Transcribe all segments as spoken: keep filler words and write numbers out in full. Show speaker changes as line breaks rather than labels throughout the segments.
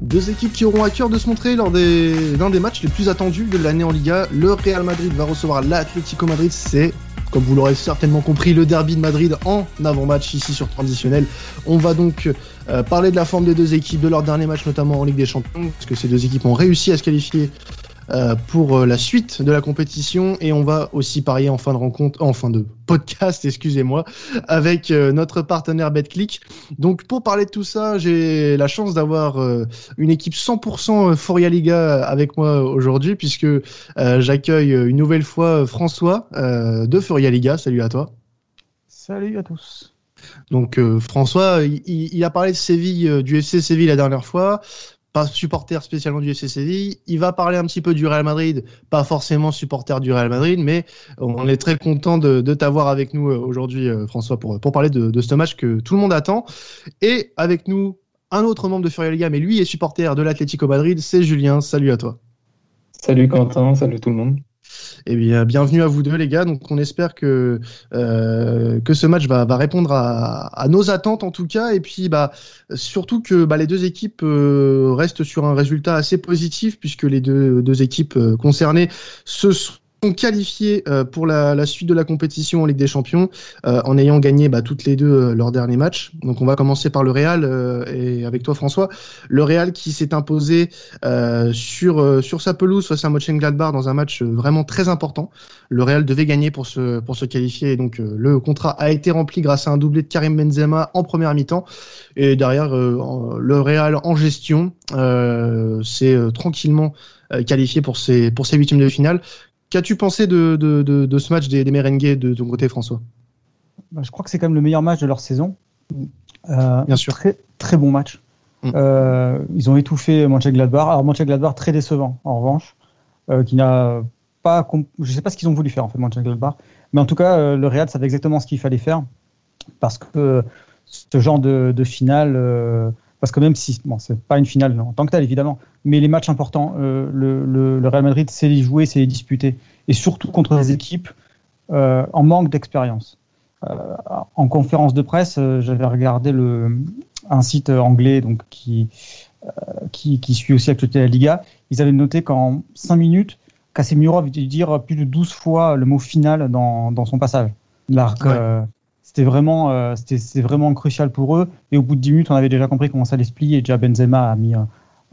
Deux équipes qui auront à cœur de se montrer lors des, l'un des matchs les plus attendus de l'année en Liga. Le Real Madrid va recevoir l'Atlético Madrid. C'est, comme vous l'aurez certainement compris, le derby de Madrid en avant-match ici sur Traditionnel. On va donc euh, parler de la forme des deux équipes, de leur dernier match notamment en Ligue des Champions, parce que ces deux équipes ont réussi à se qualifier Euh, pour euh, la suite de la compétition, et on va aussi parier en fin de rencontre, en fin de podcast, excusez-moi, avec euh, notre partenaire BetClick. Donc pour parler de tout ça, j'ai la chance d'avoir euh, une équipe cent pour cent Foria Liga avec moi aujourd'hui, puisque euh, j'accueille une nouvelle fois François euh, de Foria Liga. Salut à toi.
Salut à tous.
Donc euh, François, il, il a parlé de Séville, euh, du F C Séville la dernière fois. Pas supporter spécialement du F C Séville. Il va parler un petit peu du Real Madrid, pas forcément supporter du Real Madrid, mais on est très content de, de t'avoir avec nous aujourd'hui, François, pour, pour parler de, de ce match que tout le monde attend. Et avec nous, un autre membre de Foria Liga, mais lui est supporter de l'Atlético Madrid, c'est Julien. Salut à toi.
Salut Quentin, salut tout le monde.
Eh bien, bienvenue à vous deux, les gars. Donc, on espère que euh, que ce match va, va répondre à, à nos attentes, en tout cas, et puis bah surtout que bah, les deux équipes euh, restent sur un résultat assez positif, puisque les deux deux équipes euh, concernées se sont qualifiés euh, pour la, la suite de la compétition en Ligue des Champions euh, en ayant gagné bah, toutes les deux euh, leur dernier match. Donc on va commencer par le Real euh, et avec toi François. Le Real qui s'est imposé euh, sur euh, sur sa pelouse face à Mönchengladbach dans un match vraiment très important. Le Real devait gagner pour se pour se qualifier, et donc euh, le contrat a été rempli grâce à un doublé de Karim Benzema en première mi-temps, et derrière euh, en, le Real en gestion euh, s'est euh, tranquillement euh, qualifié pour ses pour ses huitièmes de finale. Qu'as-tu pensé de, de, de, de ce match des, des Merengues de ton côté, François ?
Bah, je crois que c'est quand même le meilleur match de leur saison. Euh,
Bien sûr.
Très, très bon match. Mm. Euh, ils ont étouffé Mönchengladbach. Alors, Mönchengladbach, très décevant, en revanche, euh, qui n'a pas. Comp- je ne sais pas ce qu'ils ont voulu faire, en fait, Mönchengladbach. Mais en tout cas, euh, le Real savait exactement ce qu'il fallait faire. Parce que euh, ce genre de, de finale. Euh, Parce que même si, bon, c'est pas une finale en tant que telle, évidemment, mais les matchs importants, euh, le, le, le Real Madrid sait les jouer, sait les disputer, et surtout contre des équipes euh, en manque d'expérience. Euh, en conférence de presse, euh, j'avais regardé le, un site anglais donc, qui, euh, qui, qui suit aussi l'actualité de la Liga. Ils avaient noté qu'en cinq minutes, Casemiro avait dû dire plus de douze fois le mot final dans, dans son passage. L'arc, ouais. euh, C'était vraiment, euh, c'était, c'était vraiment crucial pour eux. Et au bout de dix minutes, on avait déjà compris comment ça allait se plier. Déjà, Benzema a mis, euh,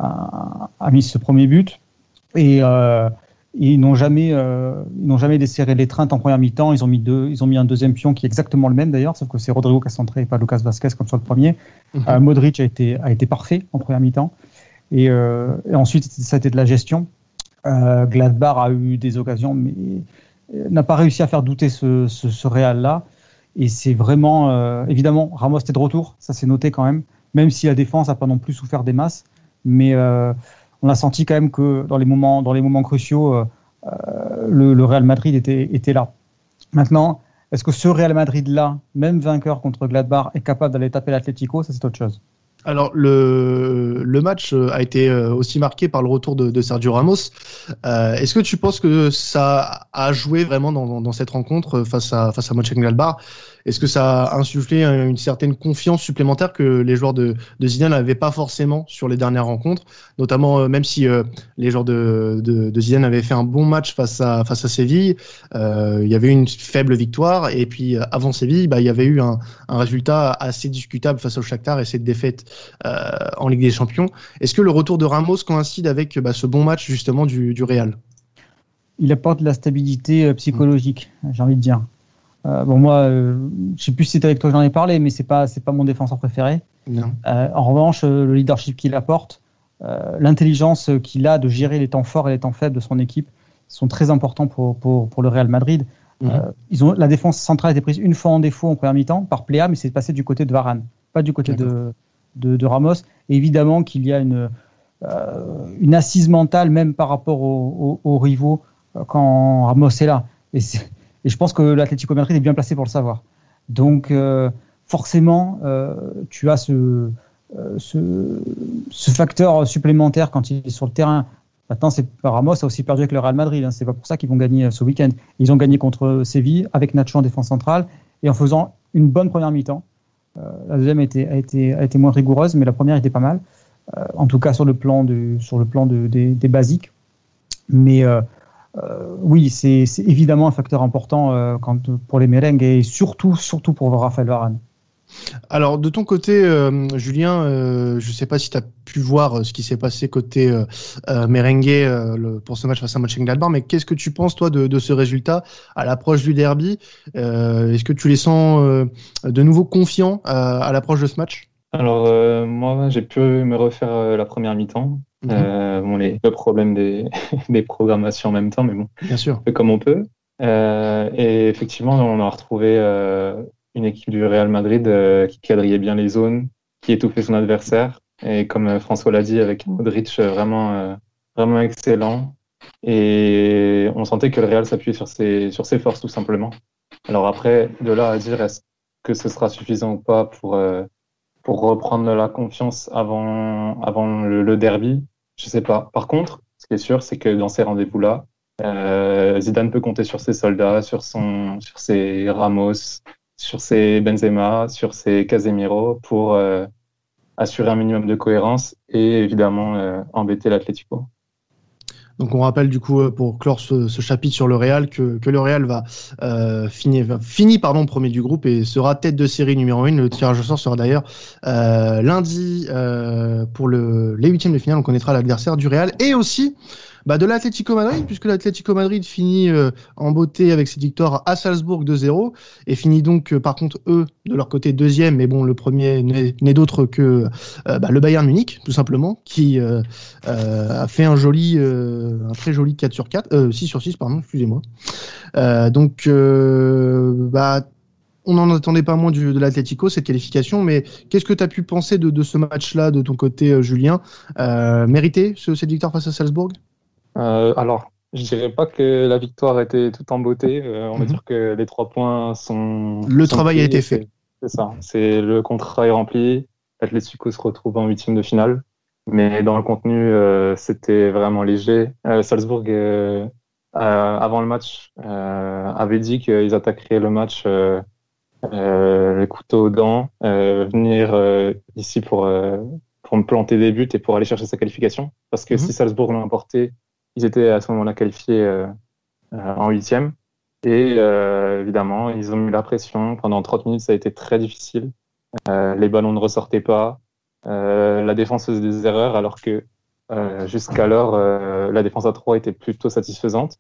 a, a mis ce premier but. Et euh, ils n'ont jamais, euh, ils n'ont jamais desserré l'étreinte en première mi-temps. Ils ont mis deux, ils ont mis un deuxième pion qui est exactement le même d'ailleurs, sauf que c'est Rodrigo qui a centré et pas Lucas Vazquez comme sur le premier. Mm-hmm. Euh, Modric a été, a été parfait en première mi-temps. Et, euh, et ensuite, ça a été de la gestion. Euh, Gladbach a eu des occasions, mais n'a pas réussi à faire douter ce, ce, ce Real-là. Et c'est vraiment, euh, évidemment, Ramos était de retour, ça c'est noté quand même, même si la défense n'a pas non plus souffert des masses. Mais euh, on a senti quand même que dans les moments, dans les moments cruciaux, euh, le, le Real Madrid était, était là. Maintenant, est-ce que ce Real Madrid-là, même vainqueur contre Gladbach, est capable d'aller taper l'Atlético ? Ça c'est autre chose.
Alors, le, le match a été aussi marqué par le retour de, de Sergio Ramos. Euh, est-ce que tu penses que ça a joué vraiment dans, dans cette rencontre face à, face à Mönchengladbach ? Est-ce que ça a insufflé une certaine confiance supplémentaire que les joueurs de, de Zidane n'avaient pas forcément sur les dernières rencontres ? Notamment, euh, même si euh, les joueurs de, de, de Zidane avaient fait un bon match face à, face à Séville, euh, il y avait une faible victoire. Et puis, avant Séville, bah, il y avait eu un, un résultat assez discutable face au Shakhtar et cette défaite euh, en Ligue des Champions. Est-ce que le retour de Ramos coïncide avec bah, ce bon match justement du, du Real ?
Il apporte de la stabilité euh, psychologique, mmh. j'ai envie de dire. Euh, bon, moi, euh, je ne sais plus si c'était avec toi que j'en ai parlé, mais ce n'est pas, c'est pas mon défenseur préféré.
Non.
Euh, en revanche, euh, le leadership qu'il apporte, euh, l'intelligence qu'il a de gérer les temps forts et les temps faibles de son équipe sont très importants pour, pour, pour le Real Madrid. Mmh. Euh, ils ont, la défense centrale a été prise une fois en défaut en première mi-temps par Plea, mais c'est passé du côté de Varane, pas du côté de, de, de Ramos. Et évidemment qu'il y a une, euh, une assise mentale, même par rapport aux, aux, aux rivaux, euh, quand Ramos est là. Et c'est, Et je pense que l'Atlético Madrid est bien placé pour le savoir. Donc, euh, forcément, euh, tu as ce, euh, ce, ce facteur supplémentaire quand il est sur le terrain. Maintenant, c'est, Ramos a aussi perdu avec le Real Madrid. Hein. C'est pas pour ça qu'ils vont gagner ce week-end. Ils ont gagné contre Séville avec Nacho en défense centrale et en faisant une bonne première mi-temps. Euh, la deuxième a été, a, été, a été moins rigoureuse, mais la première était pas mal. euh, en tout cas sur le plan, de, sur le plan de, des, des basiques. Mais euh, euh, oui, c'est, c'est évidemment un facteur important euh, quand, pour les merengues et surtout, surtout pour Raphaël Varane.
Alors, de ton côté, euh, Julien, euh, je ne sais pas si tu as pu voir euh, ce qui s'est passé côté euh, euh, merengue euh, le, pour ce match face à Mönchengladbach, mais qu'est-ce que tu penses, toi, de, de ce résultat à l'approche du derby? euh, Est-ce que tu les sens euh, de nouveau confiants à, à l'approche de ce match?
Alors, euh, moi, j'ai pu me refaire euh, la première mi-temps. Mm-hmm. Euh, bon, les, le problème des, des programmations en même temps, mais bon,
bien sûr,
on fait comme on peut. Euh, et effectivement, on a retrouvé euh, une équipe du Real Madrid euh, qui quadrillait bien les zones, qui étouffait son adversaire. Et comme euh, François l'a dit, avec Modric euh, vraiment, euh, vraiment excellent. Et on sentait que le Real s'appuyait sur ses, sur ses forces, tout simplement. Alors après, de là à dire est-ce que ce sera suffisant ou pas pour, euh, pour reprendre la confiance avant, avant le, le derby, je sais pas. Par contre, ce qui est sûr, c'est que dans ces rendez-vous-là, euh, Zidane peut compter sur ses soldats, sur, son, sur ses Ramos, sur ses Benzema, sur ses Casemiro pour euh, assurer un minimum de cohérence et évidemment euh, embêter l'Atlético.
Donc on rappelle du coup pour clore ce, ce chapitre sur le Real que, que le Real va euh, finir fini pardon premier du groupe et sera tête de série numéro un. Le tirage au sort sera d'ailleurs euh, lundi euh, pour le, les huitièmes de finale. On connaîtra l'adversaire du Real et aussi bah, de l'Atlético Madrid, puisque l'Atlético Madrid finit euh, en beauté avec cette victoire à Salzbourg deux zéro et finit donc euh, par contre eux de leur côté deuxième, mais bon le premier n'est, n'est d'autre que euh, bah, le Bayern Munich tout simplement qui euh, euh, a fait un joli euh, un très joli quatre sur quatre, euh, six sur six pardon, excusez-moi. Euh, donc euh, bah on n'en attendait pas moins du, de l'Atlético, cette qualification, mais qu'est-ce que tu as pu penser de, de ce match-là de ton côté, euh, Julien? euh, Mérité ce, cette victoire face à Salzbourg?
Euh, alors, je dirais pas que la victoire était toute en beauté. Euh, on mm-hmm. va dire que les trois points sont.
Le
sont
travail
pris,
a été fait.
C'est, c'est ça. C'est le contrat est rempli. L'Atlético se retrouve en huitième de finale, mais dans le contenu, euh, c'était vraiment léger. Euh, Salzbourg, euh, euh, avant le match, euh, avait dit qu'ils attaqueraient le match euh, euh, les couteaux aux dents, euh, venir euh, ici pour euh, pour me planter des buts et pour aller chercher sa qualification. Parce que mm-hmm. si Salzbourg l'a emporté, ils étaient à ce moment-là qualifiés euh, euh, en huitième. Et euh, évidemment, ils ont mis la pression. Pendant trente minutes, ça a été très difficile. Euh, les ballons ne ressortaient pas. Euh, la défense faisait des erreurs, alors que euh, jusqu'alors, euh, la défense à trois était plutôt satisfaisante.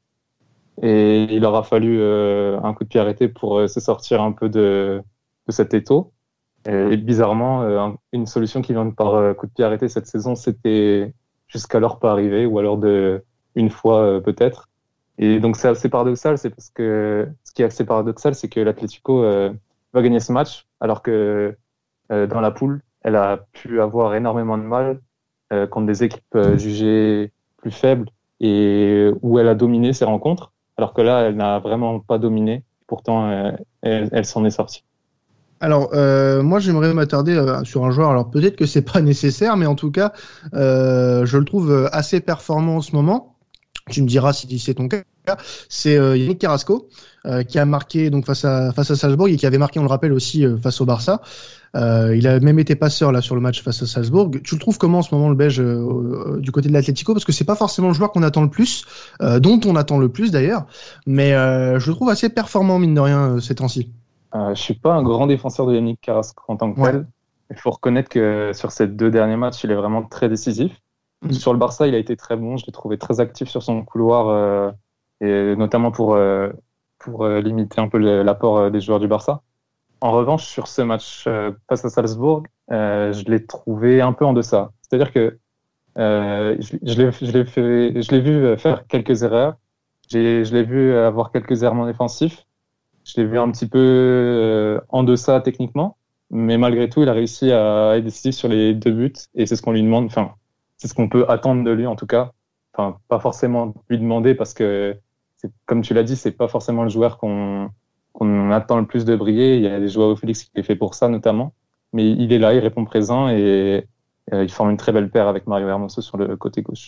Et il leur a fallu euh, un coup de pied arrêté pour euh, se sortir un peu de, de cet étau. Et bizarrement, euh, une solution qui vient par euh, coup de pied arrêté cette saison, c'était jusqu'alors pas arrivé, ou alors de une fois euh, peut-être. Et donc c'est assez paradoxal, c'est parce que ce qui est assez paradoxal, c'est que l'Atlético euh, va gagner ce match, alors que euh, dans la poule, elle a pu avoir énormément de mal euh, contre des équipes euh, jugées plus faibles et où elle a dominé ses rencontres, alors que là, elle n'a vraiment pas dominé. Pourtant, euh, elle, elle s'en est sortie.
Alors, euh, moi, j'aimerais m'attarder euh, sur un joueur. Alors, peut-être que c'est pas nécessaire, mais en tout cas, euh, je le trouve assez performant en ce moment. Tu me diras si c'est ton cas. C'est euh, Yannick Carrasco euh, qui a marqué donc face à face à Salzbourg et qui avait marqué, on le rappelle aussi, euh, face au Barça. Euh, il a même été passeur là sur le match face à Salzbourg. Tu le trouves comment en ce moment le Belge euh, du côté de l'Atlético? Parce que c'est pas forcément le joueur qu'on attend le plus, euh, dont on attend le plus d'ailleurs, mais euh, je le trouve assez performant mine de rien euh, ces temps-ci.
Euh, je suis pas un grand défenseur de Yannick Carrasco en tant que tel. Ouais. Il faut reconnaître que sur ces deux derniers matchs, il est vraiment très décisif. Mmh. Sur le Barça, il a été très bon. Je l'ai trouvé très actif sur son couloir, euh, et notamment pour euh, pour euh, limiter un peu le, l'apport euh, des joueurs du Barça. En revanche, sur ce match euh, face à Salzbourg, euh, je l'ai trouvé un peu en deçà. C'est-à-dire que euh, je, je, l'ai, je, l'ai fait, je l'ai vu faire quelques erreurs. J'ai, je l'ai vu avoir quelques errements défensifs. Je l'ai vu un petit peu euh, en deçà techniquement, mais malgré tout, il a réussi à être décisif sur les deux buts, et c'est ce qu'on lui demande. Enfin, c'est ce qu'on peut attendre de lui en tout cas. Enfin, pas forcément lui demander parce que, c'est, comme tu l'as dit, c'est pas forcément le joueur qu'on qu'on attend le plus de briller. Il y a des joueurs au Félix qui est fait pour ça notamment, mais il est là, il répond présent et euh, il forme une très belle paire avec Mario Hermoso sur le côté gauche.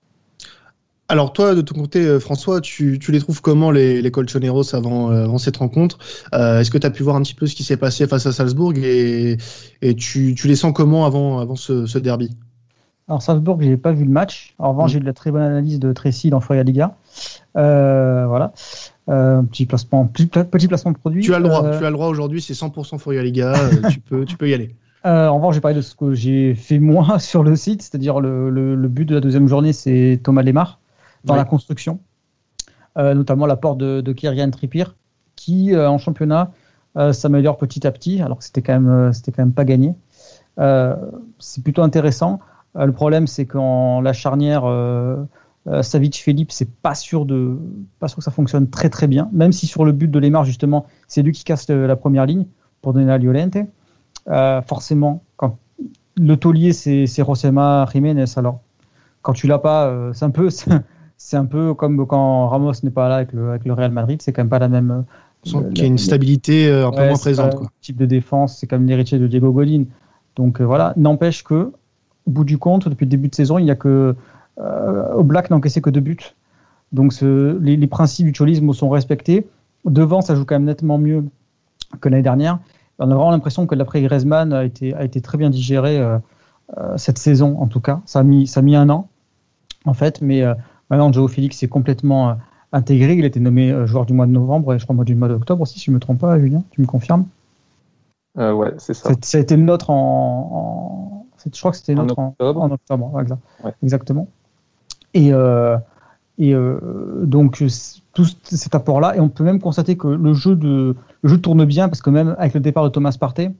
Alors toi, de ton côté, François, tu, tu les trouves comment les, les Colchoneros avant, euh, avant cette rencontre? euh, Est-ce que tu as pu voir un petit peu ce qui s'est passé face à Salzbourg et, et tu, tu les sens comment avant, avant ce, ce derby?
Alors Salzbourg, j'ai pas vu le match. En revanche, mmh. j'ai eu de la très bonne analyse de Tracy dans Foya Liga. Euh, voilà. Euh, petit placement, petit placement de produit.
Tu as le droit. Euh... Tu as le droit aujourd'hui. C'est cent pour cent Foya Liga. euh, tu peux, tu peux y aller.
Euh, en revanche, j'ai parlé de ce que j'ai fait moi sur le site, c'est-à-dire le, le, le but de la deuxième journée, c'est Thomas Lemar dans oui. la construction, euh, notamment l'apport de, de Kieran Trippier, qui euh, en championnat euh, s'améliore petit à petit, alors que c'était quand même, euh, c'était quand même pas gagné. Euh, c'est plutôt intéressant. Euh, le problème, c'est qu'en la charnière euh, euh, Savic-Philippe, c'est pas sûr de, pas sûr que ça fonctionne très très bien. Même si sur le but de Lemar, justement, c'est lui qui casse le, la première ligne pour donner à Llorente. Euh, forcément, quand le taulier c'est, c'est Josema Jiménez, alors quand tu l'as pas, euh, c'est un peu, c'est, c'est un peu comme quand Ramos n'est pas là avec le, avec le Real Madrid, c'est quand même pas la même.
Euh, qu'il y a une stabilité euh, un peu
ouais,
moins présente.
Quoi. Type de défense, c'est comme l'héritier de Diego Godin. Donc euh, voilà, n'empêche que, au bout du compte, depuis le début de saison, il y a que euh, Oblak n'a encaissé que deux buts. Donc ce, les, les principes du cholisme sont respectés. Devant, ça joue quand même nettement mieux que l'année dernière. On a vraiment l'impression que l'après Griezmann a été, a été très bien digéré euh, euh, cette saison, en tout cas. Ça a mis, ça a mis un an, en fait, mais euh, maintenant, Joao Félix est complètement euh, intégré. Il a été nommé euh, joueur du mois de novembre et je crois mois du mois d'octobre aussi, si je ne me trompe pas, Julien, tu me confirmes
euh, Ouais, c'est ça.
C'est, ça a été le nôtre en... en c'est, je crois que c'était le nôtre en octobre. En, en octobre, ouais, exact, ouais. Exactement. Et, euh, et euh, donc, tout cet apport-là, et on peut même constater que le jeu de... Le jeu tourne bien parce que même avec le départ de Thomas Partey,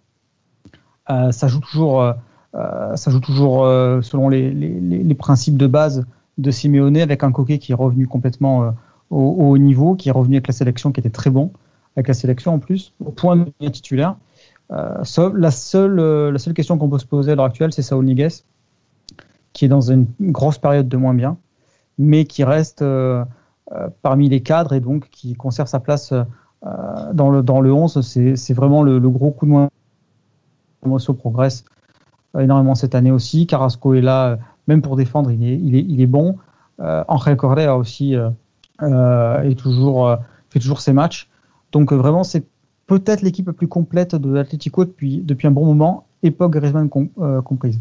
euh, ça joue toujours, euh, ça joue toujours euh, selon les, les, les principes de base de Simeone, avec un Koké qui est revenu complètement euh, au, au haut niveau, qui est revenu avec la sélection, qui était très bon, avec la sélection en plus, au point de devenir titulaire. Euh, so, la, seule, euh, la seule question qu'on peut se poser à l'heure actuelle, c'est Saúl Ñíguez, qui est dans une grosse période de moins bien, mais qui reste euh, euh, parmi les cadres et donc qui conserve sa place euh, Euh, dans, le, dans le onze, c'est, c'est vraiment le, le gros coup de moins. Mosso progresse euh, énormément cette année aussi. Carrasco est là, euh, même pour défendre, il est, il est, il est bon. Euh, Angel Correa aussi euh, euh, est toujours, euh, fait toujours ses matchs. Donc euh, vraiment, c'est peut-être l'équipe la plus complète de l'Atlético depuis, depuis un bon moment, époque Griezmann com- euh, comprise.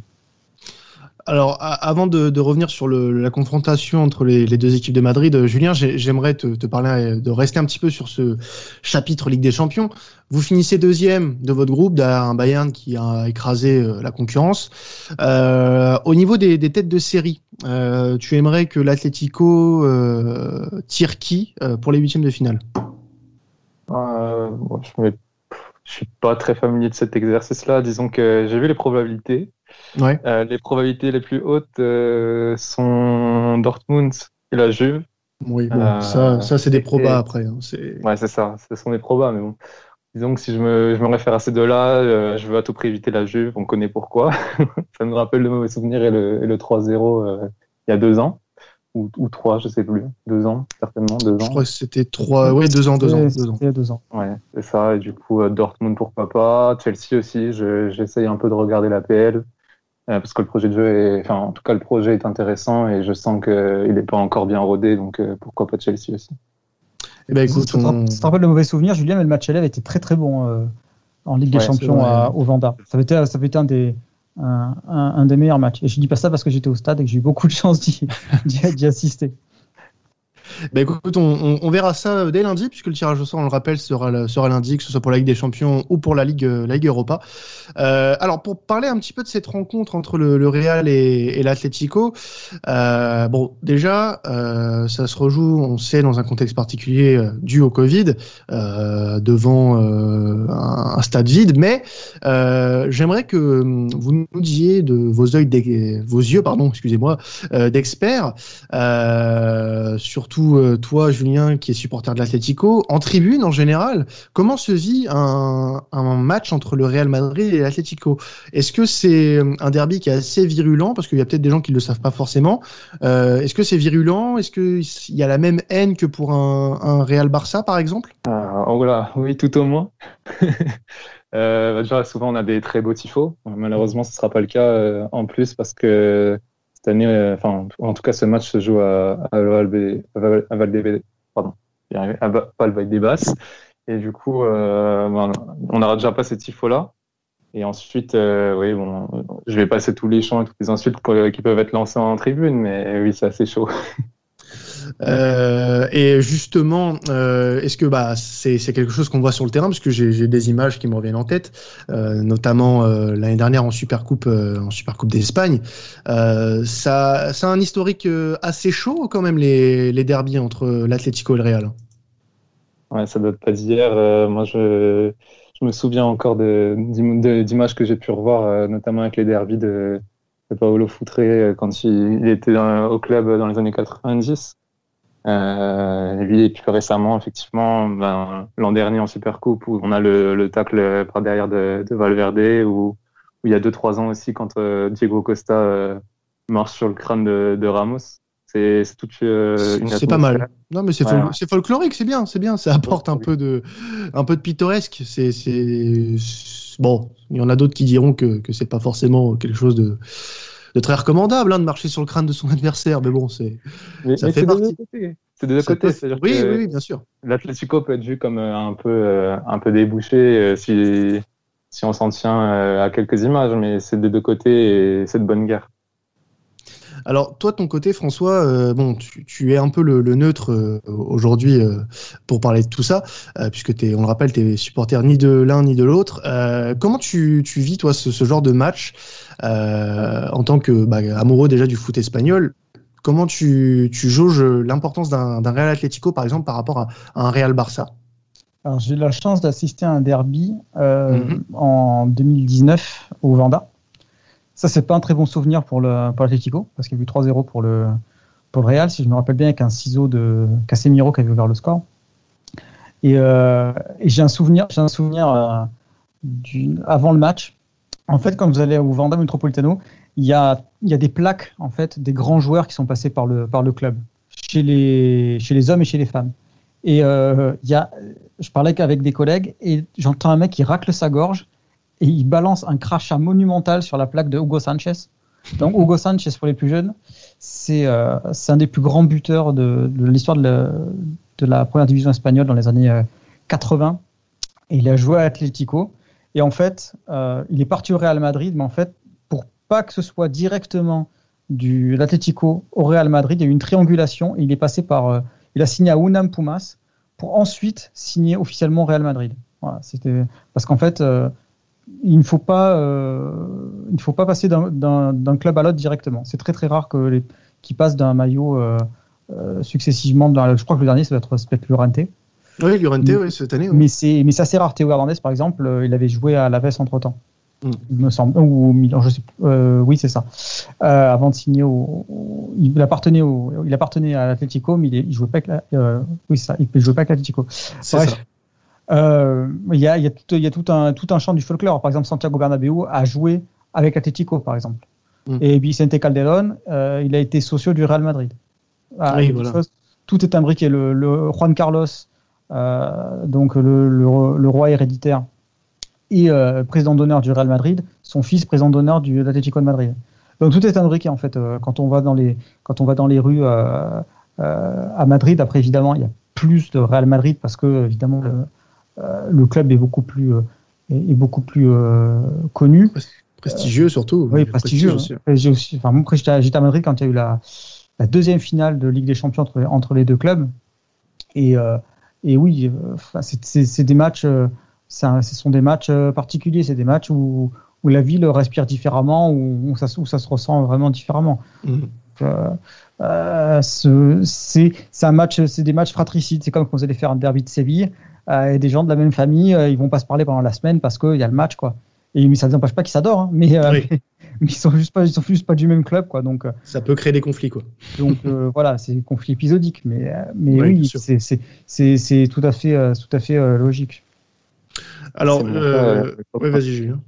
Alors, a- avant de, de revenir sur le, la confrontation entre les, les deux équipes de Madrid, euh, Julien, j'ai, j'aimerais te, te parler, de rester un petit peu sur ce chapitre Ligue des Champions. Vous finissez deuxième de votre groupe, derrière un Bayern qui a écrasé euh, la concurrence. Euh, au niveau des, des têtes de série, euh, tu aimerais que l'Atlético euh, tire qui euh, pour les huitièmes de finale ?
euh, bon, Je ne suis pas très familier de cet exercice-là. Disons que j'ai vu les probabilités.
Ouais.
Euh, les probabilités les plus hautes euh, sont Dortmund et la Juve.
Oui, bon, euh, ça, ça c'est des probas et... après. Hein, c'est...
Ouais, c'est ça, ce sont des probas, mais bon. Disons que si je me, je me réfère à ces deux-là, euh, je veux à tout prix éviter la Juve, on connaît pourquoi. Ça me rappelle le mauvais souvenir et le, et le trois zéro euh, il y a deux ans, ou, ou trois, je sais plus. Deux ans, certainement, deux ans.
Je crois que c'était trois, ouais, deux ans, deux ans. Deux ans.
C'était deux ans.
Ouais, c'est ça, et du coup, euh, Dortmund, pourquoi pas. Chelsea aussi, je, j'essaye un peu de regarder la P L. Parce que le projet de jeu est, enfin, en tout cas, le projet est intéressant et je sens qu'il n'est pas encore bien rodé, donc euh, pourquoi pas Chelsea aussi.
Eh ben, écoute,
ça, on... ça te rappelle le mauvais souvenir, Julien, mais le match élève était très très bon euh, en Ligue des ouais, Champions à, au Vanda. Ça avait été, ça avait été un, des, un, un, un des meilleurs matchs. Et je dis pas ça parce que j'étais au stade et que j'ai eu beaucoup de chance d'y, d'y, d'y assister.
Bah écoute, on, on, on verra ça dès lundi, puisque le tirage au sort, on le rappelle, sera, sera lundi, que ce soit pour la Ligue des Champions ou pour la Ligue, la Ligue Europa. Euh, alors, pour parler un petit peu de cette rencontre entre le, le Real et, et l'Atlético, euh, bon, déjà, euh, ça se rejoue, on sait, dans un contexte particulier euh, dû au Covid, euh, devant euh, un, un stade vide, mais euh, j'aimerais que vous nous disiez de vos yeux, vos yeux, pardon, excusez-moi, euh, d'experts, euh, surtout toi, Julien, qui est supporter de l'Atlético, en tribune en général, comment se vit un, un match entre le Real Madrid et l'Atlético ? Est-ce que c'est un derby qui est assez virulent ? Parce qu'il y a peut-être des gens qui ne le savent pas forcément. Euh, est-ce que c'est virulent ? Est-ce qu'il y a la même haine que pour un, un Real-Barça, par exemple ?
euh, oh là, oui, tout au moins. euh, déjà, souvent, on a des très beaux tifos. Malheureusement, ce ne sera pas le cas euh, en plus parce que cette année, euh, enfin, en tout cas, ce match se joue à, à, Valde, à Valdebebas, pardon, à Valdebebas, et du coup, euh, ben, on n'aura déjà pas ces tifos-là. Et ensuite, euh, oui, bon, je vais passer tous les chants et toutes les insultes qui peuvent être lancées en tribune, mais oui, c'est assez chaud.
Euh, et justement, euh, est-ce que bah c'est c'est quelque chose qu'on voit sur le terrain, parce que j'ai j'ai des images qui me reviennent en tête, euh, notamment euh, l'année dernière en Supercoupe euh, en Supercoupe d'Espagne. Euh, ça ça a un historique euh, assez chaud quand même, les les derbies entre l'Atlético et le Real.
Ouais, ça date pas d'hier. Euh, moi, je je me souviens encore de d'im- de- d'images que j'ai pu revoir, euh, notamment avec les derbies de, de Paolo Futre euh, quand il, il était dans- au club dans les années quatre-vingt-dix. Euh, lui, et plus récemment, effectivement, ben, l'an dernier en Supercoupe, où on a le, le tacle par derrière de, de Valverde, ou où il y a deux trois ans aussi, quand euh, Diego Costa euh, marche sur le crâne de, de Ramos. C'est c'est toute euh, une
C'est pas
atmosphère.
mal. Non, mais c'est
Ouais,
fol-
ouais.
c'est folklorique, c'est bien, c'est bien. Ça apporte un peu de, un peu de pittoresque. C'est, c'est, bon, il y en a d'autres qui diront que, que c'est pas forcément quelque chose de, de très recommandable, hein, de marcher sur le crâne de son adversaire. Mais bon, c'est,
Mais,
ça
mais
fait
c'est des deux
partie.
côtés. C'est des deux
Ça
côtés.
peut-
C'est-à-dire
Oui, oui,
que
oui, bien sûr.
l'Atlético peut être vu comme euh, un peu, euh, un peu débouché euh, si, si on s'en tient euh, à quelques images, mais c'est des deux côtés et c'est de bonne guerre.
Alors, toi, de ton côté, François, euh, bon, tu, tu es un peu le, le neutre euh, aujourd'hui euh, pour parler de tout ça, euh, puisque t'es, on le rappelle, tu es supporter ni de l'un ni de l'autre. Euh, comment tu, tu vis, toi, ce, ce genre de match euh, en tant que bah, amoureux déjà du foot espagnol? Comment tu, tu jauges l'importance d'un, d'un Real Atlético, par exemple, par rapport à, à un Real Barça?
Alors, j'ai eu la chance d'assister à un derby euh,
Mhm.
en deux mille dix-neuf au Vanda. Ça, c'est pas un très bon souvenir pour le pour l'Atlético, parce qu'il y a eu trois zéro pour le, pour le Real, si je me rappelle bien, avec un ciseau de Casemiro qui avait ouvert le score. Et, euh, et j'ai un souvenir, j'ai un souvenir euh, du, avant le match. En fait, quand vous allez au Vanda Metropolitano, il y a, il y a des plaques, en fait, des grands joueurs qui sont passés par le, par le club, chez les, chez les hommes et chez les femmes. Et euh, il y a, je parlais avec des collègues et j'entends un mec qui racle sa gorge et il balance un crachat monumental sur la plaque de Hugo Sanchez. Donc Hugo Sanchez, pour les plus jeunes, c'est euh, c'est un des plus grands buteurs de, de l'histoire de la, de la première division espagnole dans les années euh, quatre-vingts. Et il a joué à Atlético. Et en fait, euh, il est parti au Real Madrid, mais en fait, pour pas que ce soit directement de l'Atlético au Real Madrid, il y a eu une triangulation et il est passé par... Euh, il a signé à Unam Pumas pour ensuite signer officiellement au Real Madrid. Voilà, c'était parce qu'en fait, euh, il ne faut pas, euh, il ne faut pas passer d'un, d'un, d'un club à l'autre directement. C'est très très rare que les, qu'ils passent d'un maillot euh, euh, successivement. Dans, je crois que le dernier, ça va être, ça va être Llorente.
Oui, Llorente,
Mais,
oui, cette année. Oui.
mais c'est, mais c'est assez rare. Théo Hernandez, par exemple, euh, il avait joué à Alaves entre temps. Mm. Il me semble, ou au Milan, je sais. Euh, oui, c'est ça. Euh, avant de signer au, au il appartenait au, il appartenait à l'Atlético, mais il, il jouait pas avec la, euh, oui, c'est ça. Il jouait pas avec l'Atlético.
C'est
Bref.
ça.
Euh, il y a, il y a tout, il y a tout un, tout un champ du folklore. Par exemple, Santiago Bernabéu a joué avec Atlético, par exemple. Mm. Et Vicente Calderón, euh, il a été socio du Real Madrid. Ah, oui, voilà. Choses, tout est imbriqué. Le, le Juan Carlos, euh, donc le, le, le roi héréditaire, et euh, président d'honneur du Real Madrid, son fils président d'honneur du l'Atlético de Madrid. Donc tout est imbriqué en fait euh, quand on va dans les quand on va dans les rues euh, euh, à Madrid. Après évidemment il y a plus de Real Madrid parce que évidemment le, euh, le club est beaucoup plus euh, est, est beaucoup plus euh, connu,
prestigieux surtout.
Oui, prestigieux. prestigieux aussi. J'ai aussi, enfin, moi j'étais, j'étais à Madrid quand il y a eu la, la deuxième finale de Ligue des Champions entre, entre les deux clubs et euh, et oui, euh, c'est, c'est, c'est des matchs. Euh, Ça, ce sont des matchs particuliers, c'est des matchs où, où la ville respire différemment, où, où, ça, où ça se ressent vraiment différemment. Mmh. Euh, euh, ce, c'est, c'est, un match, c'est des matchs fratricides, c'est comme quand vous allez faire un derby de Séville, euh, et des gens de la même famille, euh, ils vont pas se parler pendant la semaine parce qu'il y a le match, quoi. Et, mais ça ne empêche pas qu'ils s'adorent, hein, mais, euh, oui. mais, mais ils sont juste pas, ils sont juste pas du même club, quoi. Donc,
ça peut créer des conflits, quoi.
Donc euh, voilà, c'est des conflits épisodiques, mais, mais oui, oui c'est, c'est, c'est, c'est tout à fait, euh, tout à fait euh, logique.
Alors, euh, ouais, vas-y, Julien.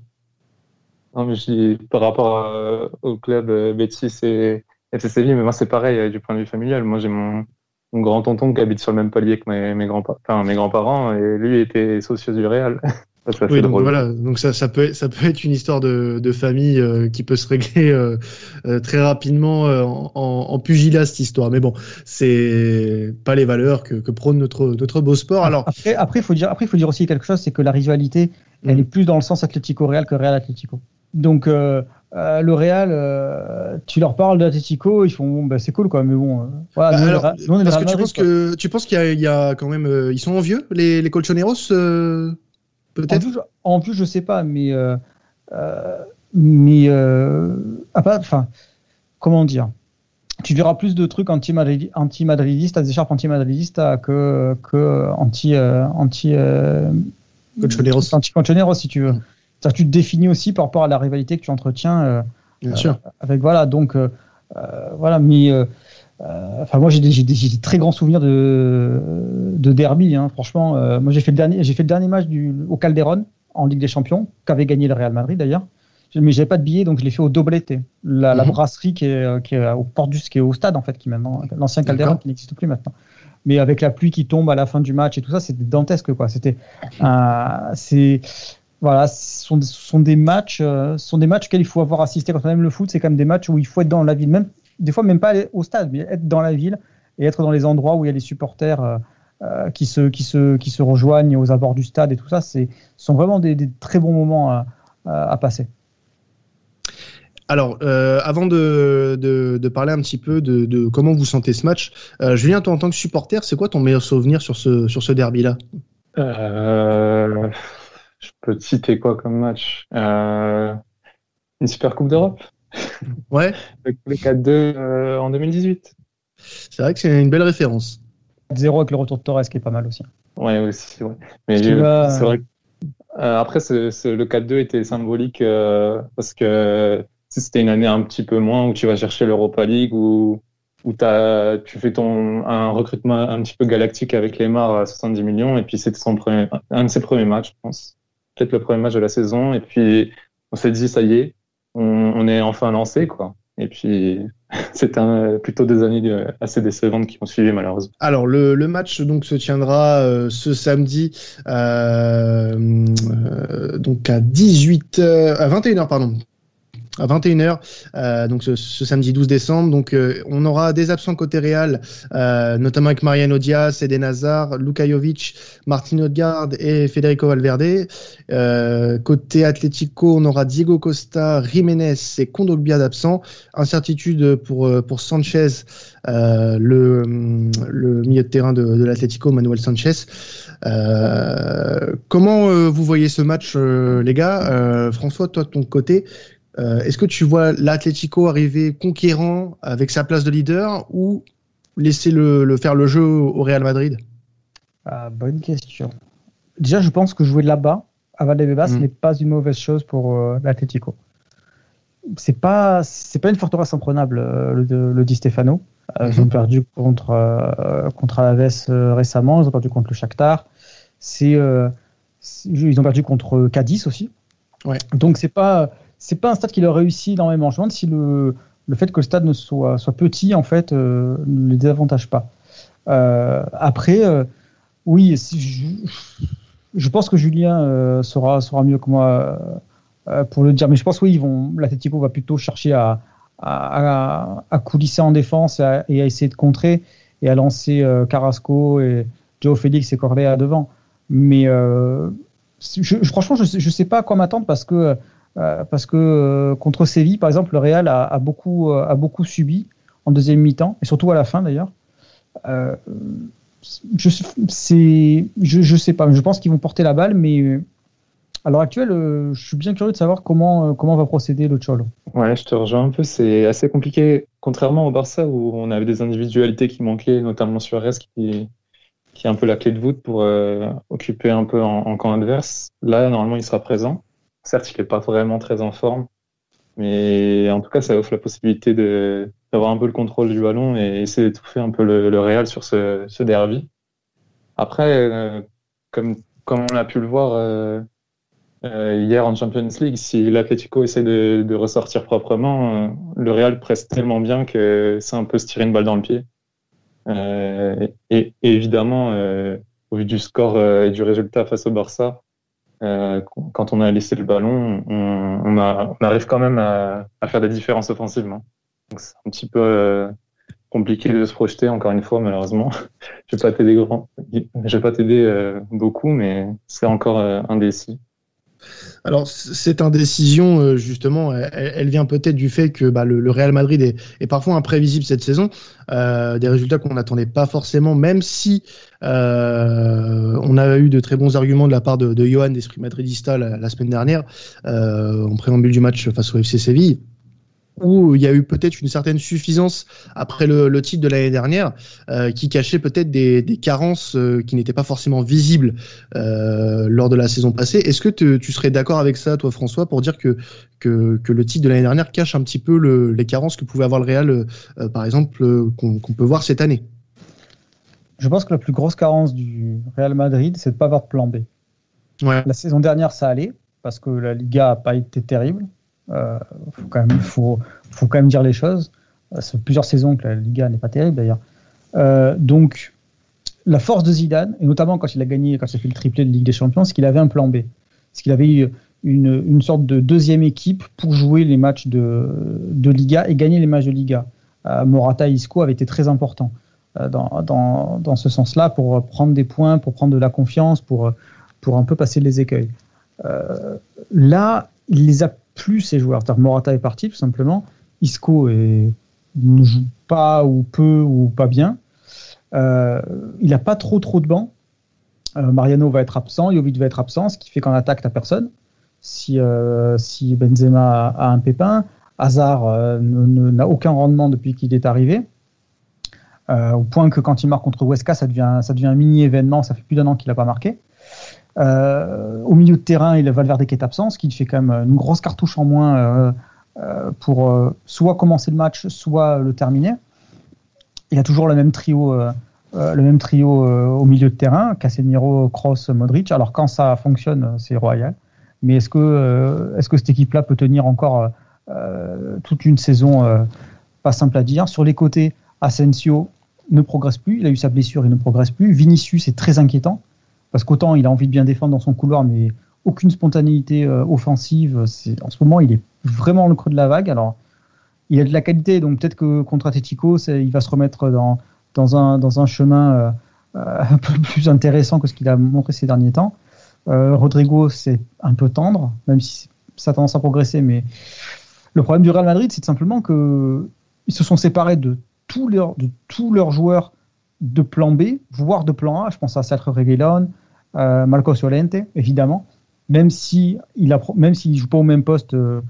Non, mais je dis, par rapport à, au club euh, Betis et F C Séville, mais moi, c'est pareil euh, du point de vue familial. Moi, j'ai mon, mon grand-tonton qui habite sur le même palier que mes, mes, grands, enfin, mes grands-parents, et lui était socio du Real. Ça, ça
Oui,
fait
donc
drôle.
voilà, donc ça, ça peut, ça peut être une histoire de, de famille euh, qui peut se régler euh, euh, très rapidement euh, en, en, en pugilat cette histoire. Mais bon, c'est pas les valeurs que, que prône notre, notre beau sport. Alors,
Après, après, il faut dire, après, il faut dire aussi quelque chose, c'est que la rivalité, elle
Mhm.
est plus dans le sens Atlético-Real que Real-Atlético. Donc, euh, euh, le Real, euh, tu leur parles d'Atlético, ils font, bon, bah, c'est cool, quoi, mais bon, euh, voilà,
bah,
nous, on est le
alors,
Ra- nous, on est le
parce que
Real
tu
Madrid,
penses
quoi.
que tu penses qu'il y a, il y a quand même, euh, ils sont envieux les, les Colchoneros, euh,
En
peut-être.
plus, je- en plus, je sais pas, mais, euh, euh, mais, euh, ah, pas- enfin, comment dire? Tu verras plus de trucs anti-madridi- anti-madridistes, à des écharpes anti-madridistes à que, que anti, euh, anti, euh,
Colchoneros,
anti-Colchoneros, si tu veux.
Mm.
C'est-à-dire que tu te définis aussi par rapport à la rivalité que tu entretiens euh,
bien
euh,
sûr.
avec voilà. Donc euh, euh, voilà, mais euh, euh, enfin moi j'ai des, j'ai des, j'ai des très grands souvenirs de de derby. Hein, franchement, euh, moi j'ai fait le dernier j'ai fait le dernier match du au Calderón en Ligue des Champions qu'avait gagné le Real Madrid d'ailleurs. Mais j'avais pas de billet, donc je l'ai fait au Doblete, la, la
Mhm.
brasserie qui est, qui est au port du, qui est au stade en fait, qui maintenant l'ancien Calderón
D'accord.
qui n'existe plus maintenant. Mais avec la pluie qui tombe à la fin du match et tout ça, c'était dantesque quoi. C'était, euh, c'est, voilà, ce sont, ce sont des matchs, euh, ce sont des matchs auxquels il faut avoir assisté quand on aime le foot. C'est quand même des matchs où il faut être dans la ville, même des fois même pas aller au stade, mais être dans la ville et être dans les endroits où il y a les supporters euh, euh, qui se, qui se, qui se rejoignent aux abords du stade et tout ça. C'est, ce sont vraiment des, des très bons moments à, à passer.
Alors, euh, avant de, de, de parler un petit peu de, de comment vous sentez ce match, euh, Julien, toi en tant que supporter, c'est quoi ton meilleur souvenir sur ce, sur ce derby-là?
Euh, je peux te citer quoi comme match? Euh, une Super Coupe d'Europe,
Ouais,
le quatre deux euh, en deux mille dix-huit.
c'est vrai que c'est une belle référence.
zéro avec le retour de Torres qui est pas mal aussi.
Ouais, aussi, ouais. Mais
Ce qui
j'ai-
va-
c'est vrai que euh, après, ce, ce- le quatre deux était symbolique euh, parce que si c'était une année un petit peu moins où tu vas chercher l'Europa League où, où t'as, tu fais ton, un recrutement un petit peu galactique avec Lemar à soixante-dix millions et puis c'était son premier, un de ses premiers matchs, je pense. Peut-être le premier match de la saison et puis on s'est dit, ça y est, on, on est enfin lancé, quoi. Et puis, c'était un, plutôt des années assez décevantes qui ont suivi, malheureusement.
Alors, le, le match donc se tiendra euh, ce samedi euh, euh, donc à dix-huit heures, à vingt et une heures, pardon. À vingt et une heures, euh, donc ce, ce samedi douze décembre. Donc, euh, on aura des absents côté Real, euh, notamment avec Mariano Diaz, Eden Hazard, Luka Jovic, Martin Odegaard et Federico Valverde. Euh, côté Atlético, on aura Diego Costa, Jiménez et Kondogbia d'absents. Incertitude pour pour Sanchez, euh, le le milieu de terrain de, de l'Atlético, Manuel Sanchez. Euh, comment euh, vous voyez ce match, euh, les gars? euh, François, toi de ton côté, Euh, est-ce que tu vois l'Atlético arriver conquérant avec sa place de leader ou laisser le, le faire le jeu au Real Madrid?
Ah, bonne question. Déjà, je pense que jouer là-bas, à Valdebebas,
Mm.
n'est pas une mauvaise chose pour euh, l'Atlético. C'est pas, c'est pas une forteresse imprenable, euh, le, le Di Stefano. Euh,
Mm-hmm.
Ils ont perdu contre, euh, contre Alaves euh, récemment, ils ont perdu contre le Shakhtar. C'est, euh, c'est- ils ont perdu contre Cadiz aussi.
Ouais.
Donc, c'est pas, c'est pas un stade qui leur réussit énormément. Je me demande si le, le fait que le stade ne soit, soit petit, en fait, euh, ne les désavantage pas. Euh, après, euh, oui, si je, je pense que Julien euh, sera, sera mieux que moi euh, pour le dire. Mais je pense oui, ils vont, l'Atlético va plutôt chercher à, à, à, à coulisser en défense et à, et à essayer de contrer et à lancer euh, Carrasco et Joao Félix et Correa devant. Mais euh, je, je, franchement, je ne sais pas à quoi m'attendre parce que, euh, parce que euh, contre Séville, par exemple, le Real a, a, beaucoup, a beaucoup subi en deuxième mi-temps et surtout à la fin d'ailleurs. Euh, je, c'est, je, je sais pas, je pense qu'ils vont porter la balle, mais à l'heure actuelle, euh, je suis bien curieux de savoir comment, euh, comment va procéder le Cholo.
Ouais, je te rejoins un peu, c'est assez compliqué, contrairement au Barça où on avait des individualités qui manquaient, notamment Suarez qui, qui est un peu la clé de voûte pour euh, occuper un peu en, en camp adverse. Là, normalement, il sera présent. Certes, il n'est pas vraiment très en forme, mais en tout cas, ça offre la possibilité de, d'avoir un peu le contrôle du ballon et essayer d'étouffer un peu le, le Real sur ce, ce derby. Après, euh, comme, comme on a pu le voir euh, euh, hier en Champions League, si l'Atlético essaie de, de ressortir proprement, euh, le Real presse tellement bien que c'est un peu se tirer une balle dans le pied. Euh, et, et évidemment, euh, au vu du score euh, et du résultat face au Barça, euh, quand on a laissé le ballon, on, on, a, on arrive quand même à, à faire des différences offensivement. Donc c'est un petit peu euh, compliqué de se projeter, encore une fois, malheureusement. Je vais pas t'aider grand, je vais pas t'aider euh, beaucoup, mais c'est encore euh, indécis.
Alors, cette indécision, euh, justement, elle, elle vient peut-être du fait que bah, le, le Real Madrid est, est parfois imprévisible cette saison. Euh, des résultats qu'on n'attendait pas forcément, même si euh, on a eu de très bons arguments de la part de, de Johan d'Esprit Madridista la, la semaine dernière, euh, en préambule du match face au F C Séville, où il y a eu peut-être une certaine suffisance après le, le titre de l'année dernière, euh, qui cachait peut-être des, des carences euh, qui n'étaient pas forcément visibles euh, lors de la saison passée. Est-ce que te, tu serais d'accord avec ça, toi, François, pour dire que, que, que le titre de l'année dernière cache un petit peu le, les carences que pouvait avoir le Real, euh, par exemple, euh, qu'on, qu'on peut voir cette année?
Je pense que la plus grosse carence du Real Madrid, c'est de ne pas avoir de plan B.
Ouais.
La saison dernière, ça allait, parce que la Liga n'a pas été terrible. Il euh, faut, quand même, faut, faut quand même dire les choses. Euh, ça fait plusieurs saisons que la Liga n'est pas terrible d'ailleurs. Euh, donc, la force de Zidane, et notamment quand il a gagné, quand il a fait le triplé de Ligue des Champions, c'est qu'il avait un plan B. C'est qu'il avait eu une, une sorte de deuxième équipe pour jouer les matchs de, de Liga et gagner les matchs de Liga. Euh, Morata et Isco avaient été très importants euh, dans, dans, dans ce sens-là pour prendre des points, pour prendre de la confiance, pour, pour un peu passer les écueils. Euh, là, il les a plus ces joueurs. Morata est parti tout simplement. Isco est, ne joue pas ou peu ou pas bien. Euh, il n'a pas trop trop de bancs. Euh, Mariano va être absent, Jovic va être absent, ce qui fait qu'en attaque t'as personne. Si, euh, si Benzema a, a un pépin, Hazard euh, ne, ne, n'a aucun rendement depuis qu'il est arrivé. Euh, au point que quand il marque contre Huesca, ça devient, ça devient un mini événement. Ça fait plus d'un an qu'il n'a pas marqué. Euh, au milieu de terrain, il a Valverde qui est absent, ce qui fait quand même une grosse cartouche en moins euh, euh, pour euh, soit commencer le match, soit le terminer. Il a toujours le même trio, euh, euh, le même trio euh, au milieu de terrain, Casemiro, Kroos, Modric. Alors quand ça fonctionne, c'est royal. Mais est-ce que, euh, est-ce que cette équipe-là peut tenir encore euh, toute une saison euh, pas simple à dire. Sur les côtés, Asensio ne progresse plus. Il a eu sa blessure, il ne progresse plus. Vinicius est très inquiétant. Parce qu'autant il a envie de bien défendre dans son couloir, mais aucune spontanéité euh, offensive. C'est, en ce moment, il est vraiment le creux de la vague. Alors, il a de la qualité, donc peut-être que contre Atletico, il va se remettre dans, dans, un, dans un chemin euh, un peu plus intéressant que ce qu'il a montré ces derniers temps. Euh, Rodrigo, c'est un peu tendre, même si ça a tendance à progresser. Mais le problème du Real Madrid, c'est simplement qu'ils se sont séparés de tous leurs, de tous leurs joueurs de plan B, voire de plan A. Je pense à Sergio Reguilón, euh, Marcos Llorente, évidemment. Même s'il si ne joue pas au même poste euh,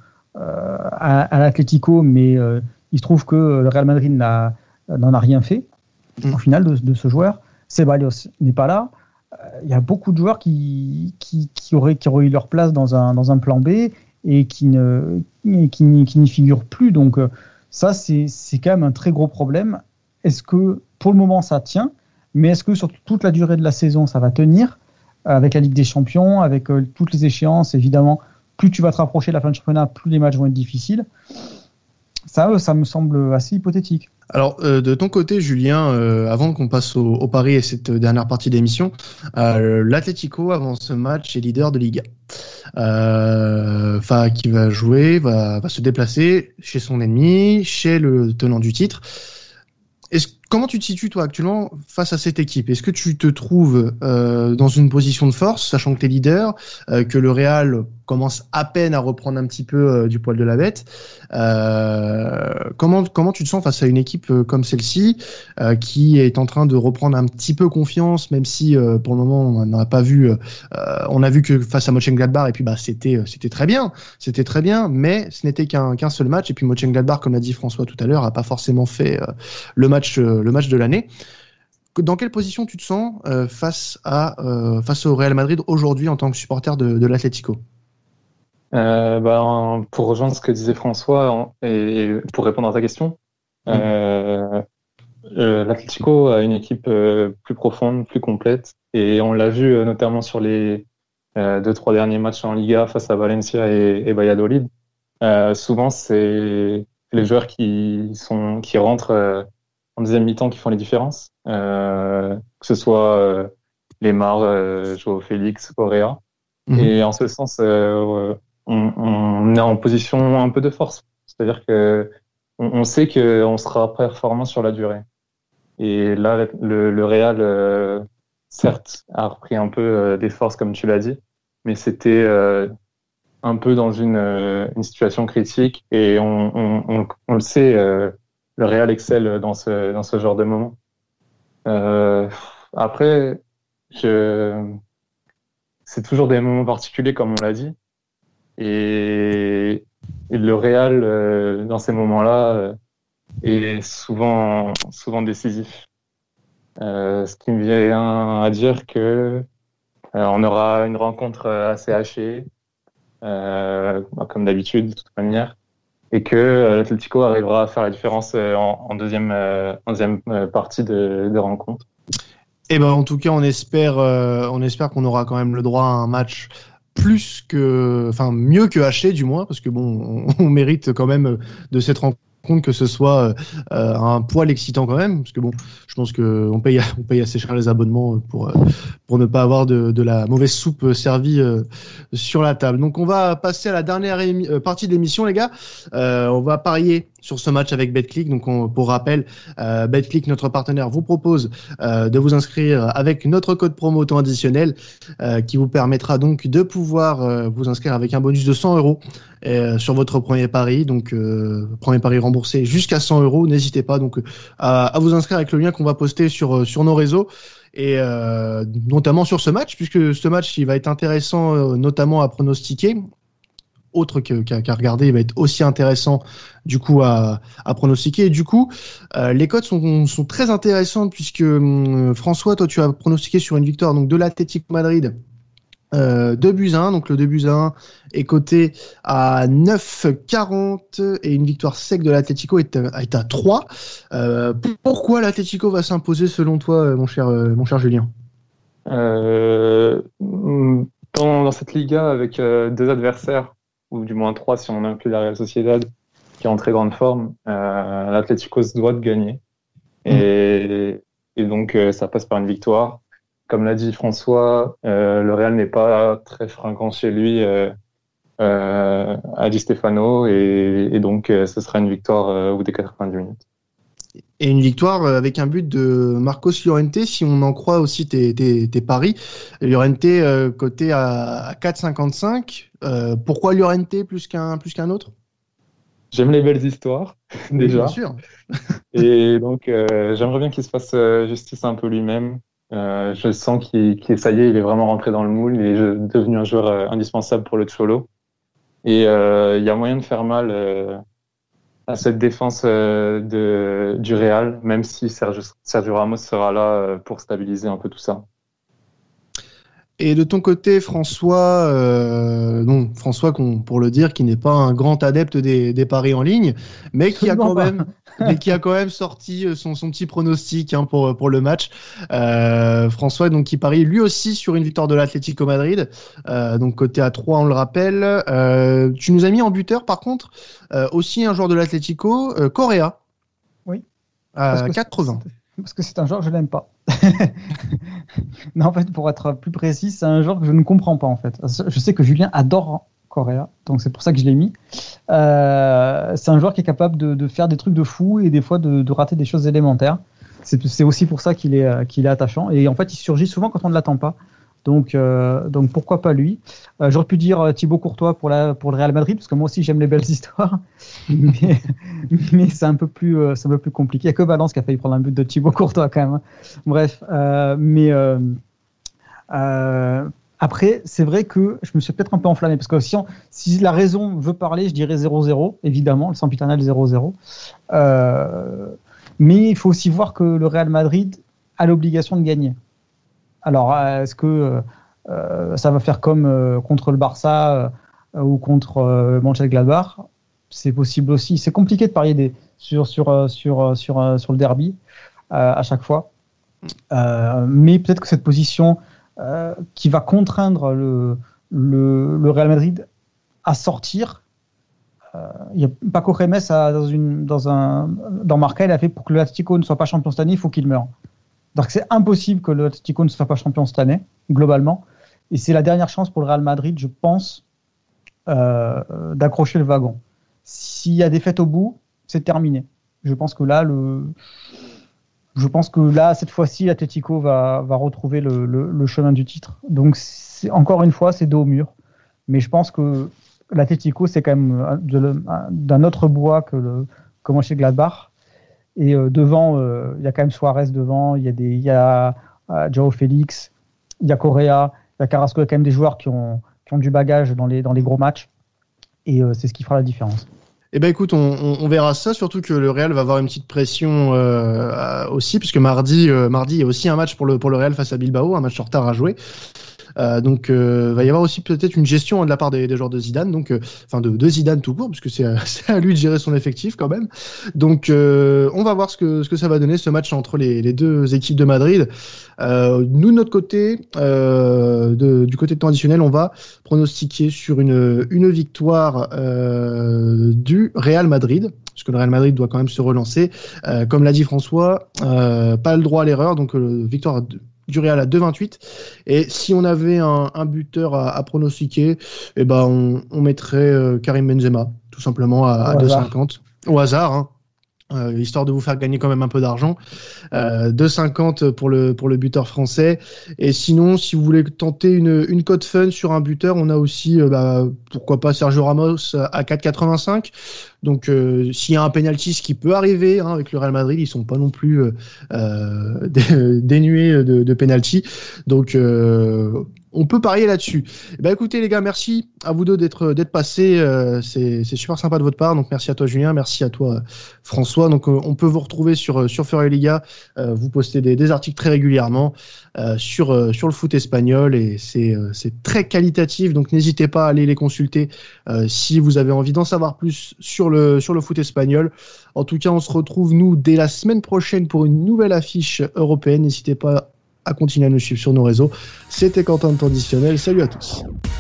à, à l'Atlético, mais euh, il se trouve que le Real Madrid n'a, n'en a rien fait, mmh. au final, de, de ce joueur. Ceballos n'est pas là. Il y a beaucoup de joueurs qui, qui, qui, auraient, qui auraient eu leur place dans un, dans un plan B et qui, ne, qui, n'y, qui n'y figurent plus. Donc ça, c'est, c'est quand même un très gros problème. Est-ce que, pour le moment, ça tient, mais est-ce que sur toute la durée de la saison, ça va tenir, avec la Ligue des Champions, avec euh, toutes les échéances, évidemment, plus tu vas te rapprocher de la fin de championnat, plus les matchs vont être difficiles. Ça, ça me semble assez hypothétique.
Alors, euh, de ton côté, Julien, euh, avant qu'on passe au, au pari et cette dernière partie d'émission, euh, l'Atlético, avant ce match, est leader de Liga. Euh, enfin, qui va jouer, va, va se déplacer chez son ennemi, chez le tenant du titre. Est-ce, comment tu te situes, toi, actuellement, face à cette équipe? Est-ce que tu te trouves euh, dans une position de force, sachant que tu es leader, euh, que le Real commence à peine à reprendre un petit peu euh, du poil de la bête? euh, comment, comment tu te sens face à une équipe euh, comme celle-ci, euh, qui est en train de reprendre un petit peu confiance, même si euh, pour le moment, on n'a pas vu... Euh, on a vu que face à Mönchengladbach, et puis bah, c'était, c'était très bien, c'était très bien, mais ce n'était qu'un, qu'un seul match, et puis Mönchengladbach, comme l'a dit François tout à l'heure, n'a pas forcément fait euh, le match euh, le match de l'année. Dans quelle position tu te sens euh, face, à, euh, face au Real Madrid aujourd'hui en tant que supporter de, de l'Atlético?
euh, bah, Pour rejoindre ce que disait François et pour répondre à ta question, mmh. euh, euh, l'Atlético a une équipe euh, plus profonde, plus complète, et on l'a vu euh, notamment sur les euh, deux trois derniers matchs en Liga face à Valencia et, et Valladolid. Euh, souvent, c'est les joueurs qui sont qui rentrent euh, en deuxième mi-temps qui font les différences, euh, que ce soit euh, Lemar, euh, Joao Félix, Correa. Mmh. Et en ce sens, euh, on, on est en position un peu de force. C'est-à-dire que on, on sait qu'on sera performant sur la durée. Et là, le, le Real, euh, certes, a repris un peu euh, des forces, comme tu l'as dit, mais c'était euh, un peu dans une, euh, une situation critique. Et on, on, on, on le sait, euh, le Real excelle dans ce, dans ce genre de moment. Euh, après, je... c'est toujours des moments particuliers, comme on l'a dit. Et, et le Real, euh, dans ces moments-là, euh, est souvent, souvent décisif. Euh, ce qui me vient à dire que euh, on aura une rencontre assez hachée, euh, comme d'habitude, de toute manière, et que euh, l'Atlético arrivera à faire la différence euh, en, en deuxième, euh, en deuxième partie de, de rencontre.
Et ben en tout cas, on espère, euh, on espère qu'on aura quand même le droit à un match plus que, enfin mieux que haché du moins, parce que bon, on, on mérite quand même de cette rencontre que ce soit euh, un poil excitant quand même, parce que bon, je pense que on paye, on paye assez cher les abonnements pour pour ne pas avoir de, de la mauvaise soupe servie euh, sur la table. Donc on va passer à la dernière émi- euh, partie de l'émission, les gars. Euh, on va parier sur ce match avec Betclic. Donc on, pour rappel, euh, Betclic, notre partenaire, vous propose euh, de vous inscrire avec notre code promo auto additionnel euh, qui vous permettra donc de pouvoir euh, vous inscrire avec un bonus de cent euros euh, sur votre premier pari. Donc euh, premier pari remboursé jusqu'à cent euros. N'hésitez pas donc à, à vous inscrire avec le lien qu'on va poster sur sur nos réseaux. Et euh, notamment sur ce match, puisque ce match il va être intéressant, euh, notamment à pronostiquer. Autre que, qu'à, qu'à regarder, il va être aussi intéressant du coup à, à pronostiquer. Et du coup, euh, les cotes sont, sont très intéressantes puisque euh, François, toi tu as pronostiqué sur une victoire donc de l'Atlético Madrid. Euh, deux buts à un, donc le deux buts à un est coté à neuf virgule quarante et une victoire sec de l'Atlético est à, est à trois. Euh, pourquoi l'Atlético va s'imposer selon toi, mon cher, mon cher Julien?
euh, dans, dans cette Liga avec euh, deux adversaires, ou du moins trois si on inclut la Real Sociedad, qui est en très grande forme, euh, l'Atlético se doit de gagner. Et, mmh. et donc euh, ça passe par une victoire. Comme l'a dit François, euh, le Real n'est pas très fringant chez lui euh, euh, à Di Stefano et, et donc euh, ce sera une victoire euh, au bout des quatre-vingt-dix minutes.
Et une victoire avec un but de Marcos Llorente, si on en croit aussi tes, tes, tes paris. Llorente euh, coté à, à quatre virgule cinquante-cinq. Euh, pourquoi Llorente plus qu'un, plus qu'un autre?
J'aime les belles histoires, déjà.
Oui, bien sûr.
Et donc euh, j'aimerais bien qu'il se fasse euh, justice un peu lui-même. Euh, je sens qu'il, qu'il, ça y est, il est vraiment rentré dans le moule, il est devenu un joueur euh, indispensable pour le Cholo. Et euh, il y a moyen de faire mal euh, à cette défense euh, de, du Real, même si Sergio, Sergio Ramos sera là euh, pour stabiliser un peu tout ça.
Et de ton côté, François, euh, non, François, qu'on, pour le dire, qui n'est pas un grand adepte des, des paris en ligne, mais qui a quand même, mais qui a quand même sorti son, son petit pronostic hein, pour pour le match. Euh, François, donc qui parie lui aussi sur une victoire de l'Atlético Madrid, euh, donc côté à trois, on le rappelle. Euh, tu nous as mis en buteur, par contre, euh, aussi un joueur de l'Atlético, euh, Correa.
Oui.
À quatre-vingts.
Parce que c'est un joueur que je n'aime pas. Non, en fait, pour être plus précis, c'est un joueur que je ne comprends pas, en fait. Je sais que Julien adore Correa, donc c'est pour ça que je l'ai mis. Euh, c'est un joueur qui est capable de, de faire des trucs de fou et des fois de, de rater des choses élémentaires. C'est, c'est aussi pour ça qu'il est, qu'il est attachant. Et en fait, il surgit souvent quand on ne l'attend pas. Donc, euh, donc pourquoi pas lui. Euh, j'aurais pu dire Thibaut Courtois pour, la, pour le Real Madrid, parce que moi aussi j'aime les belles histoires, mais, mais c'est, un peu plus, euh, c'est un peu plus compliqué. Il n'y a que Valence qui a failli prendre un but de Thibaut Courtois quand même. Hein. Bref, euh, mais euh, euh, après, c'est vrai que je me suis peut-être un peu enflammé, parce que si, on, si la raison veut parler, je dirais zéro zéro, évidemment, le sempiternel zéro zéro. Euh, mais il faut aussi voir que le Real Madrid a l'obligation de gagner. Alors, est-ce que euh, ça va faire comme euh, contre le Barça euh, ou contre euh, Mönchengladbach? C'est possible aussi. C'est compliqué de parier des, sur, sur, sur, sur, sur le derby euh, à chaque fois. Euh, mais peut-être que cette position euh, qui va contraindre le, le, le Real Madrid à sortir. Euh, il y a Paco Gémez a, dans, une, dans, un, dans Marca, il a fait pour que l'Atlético ne soit pas champion cette année, il faut qu'il meure. Donc c'est impossible que l'Atlético ne soit pas champion cette année, globalement. Et c'est la dernière chance pour le Real Madrid, je pense, euh, d'accrocher le wagon. S'il y a défaite au bout, c'est terminé. Je pense que là, le... je pense que là, cette fois-ci, l'Atlético va, va retrouver le, le, le chemin du titre. Donc, c'est, encore une fois, c'est dos au mur. Mais je pense que l'Atlético, c'est quand même de, d'un autre bois que le que Mönchengladbach. Et euh, devant, euh, il y a quand même Suarez devant, il y a, des, il y a euh, Joao Félix, il y a Correa, il y a Carrasco, il y a quand même des joueurs qui ont, qui ont du bagage dans les, dans les gros matchs. Et euh, c'est ce qui fera la différence.
Eh ben écoute, on, on, on verra ça, surtout que le Real va avoir une petite pression euh, aussi, puisque mardi, euh, mardi, il y a aussi un match pour le, pour le Real face à Bilbao, un match en retard à jouer. Euh, donc, euh, va y avoir aussi peut-être une gestion hein, de la part des, des joueurs de Zidane, donc, euh, enfin de, de Zidane tout court, puisque c'est, c'est à lui de gérer son effectif quand même. Donc, euh, on va voir ce que ce que ça va donner ce match entre les, les deux équipes de Madrid. Euh, nous de notre côté, euh, de, du côté de temps additionnel, on va pronostiquer sur une une victoire euh, du Real Madrid, parce que le Real Madrid doit quand même se relancer. Euh, comme l'a dit François, euh, pas le droit à l'erreur, donc euh, victoire de du Real à deux vingt-huit. Et si on avait un, un buteur à, à pronostiquer, eh ben on, on mettrait euh, Karim Benzema, tout simplement à, à deux cinquante. Au hasard, hein. Euh, histoire de vous faire gagner quand même un peu d'argent. Euh, deux cinquante pour le, pour le buteur français. Et sinon, si vous voulez tenter une, une cote fun sur un buteur, on a aussi, euh, bah, pourquoi pas Sergio Ramos à quatre quatre-vingt-cinq. Donc, euh, s'il y a un penalty, ce qui peut arriver hein, avec le Real Madrid, ils sont pas non plus euh, dénués de, de penalty. Donc, euh, on peut parier là-dessus. Eh ben, écoutez, les gars, merci à vous deux d'être, d'être passés. Euh, c'est, c'est super sympa de votre part. Donc, merci à toi, Julien. Merci à toi, François. Donc, euh, on peut vous retrouver sur, sur Fury Liga. Euh, vous postez des, des articles très régulièrement euh, sur, euh, sur le foot espagnol et c'est, euh, c'est très qualitatif. Donc, n'hésitez pas à aller les consulter euh, si vous avez envie d'en savoir plus sur le, sur le foot espagnol. En tout cas, on se retrouve, nous, dès la semaine prochaine pour une nouvelle affiche européenne. N'hésitez pas à continuer à nous suivre sur nos réseaux. C'était Quentin de Temps Additionnel. Salut à tous.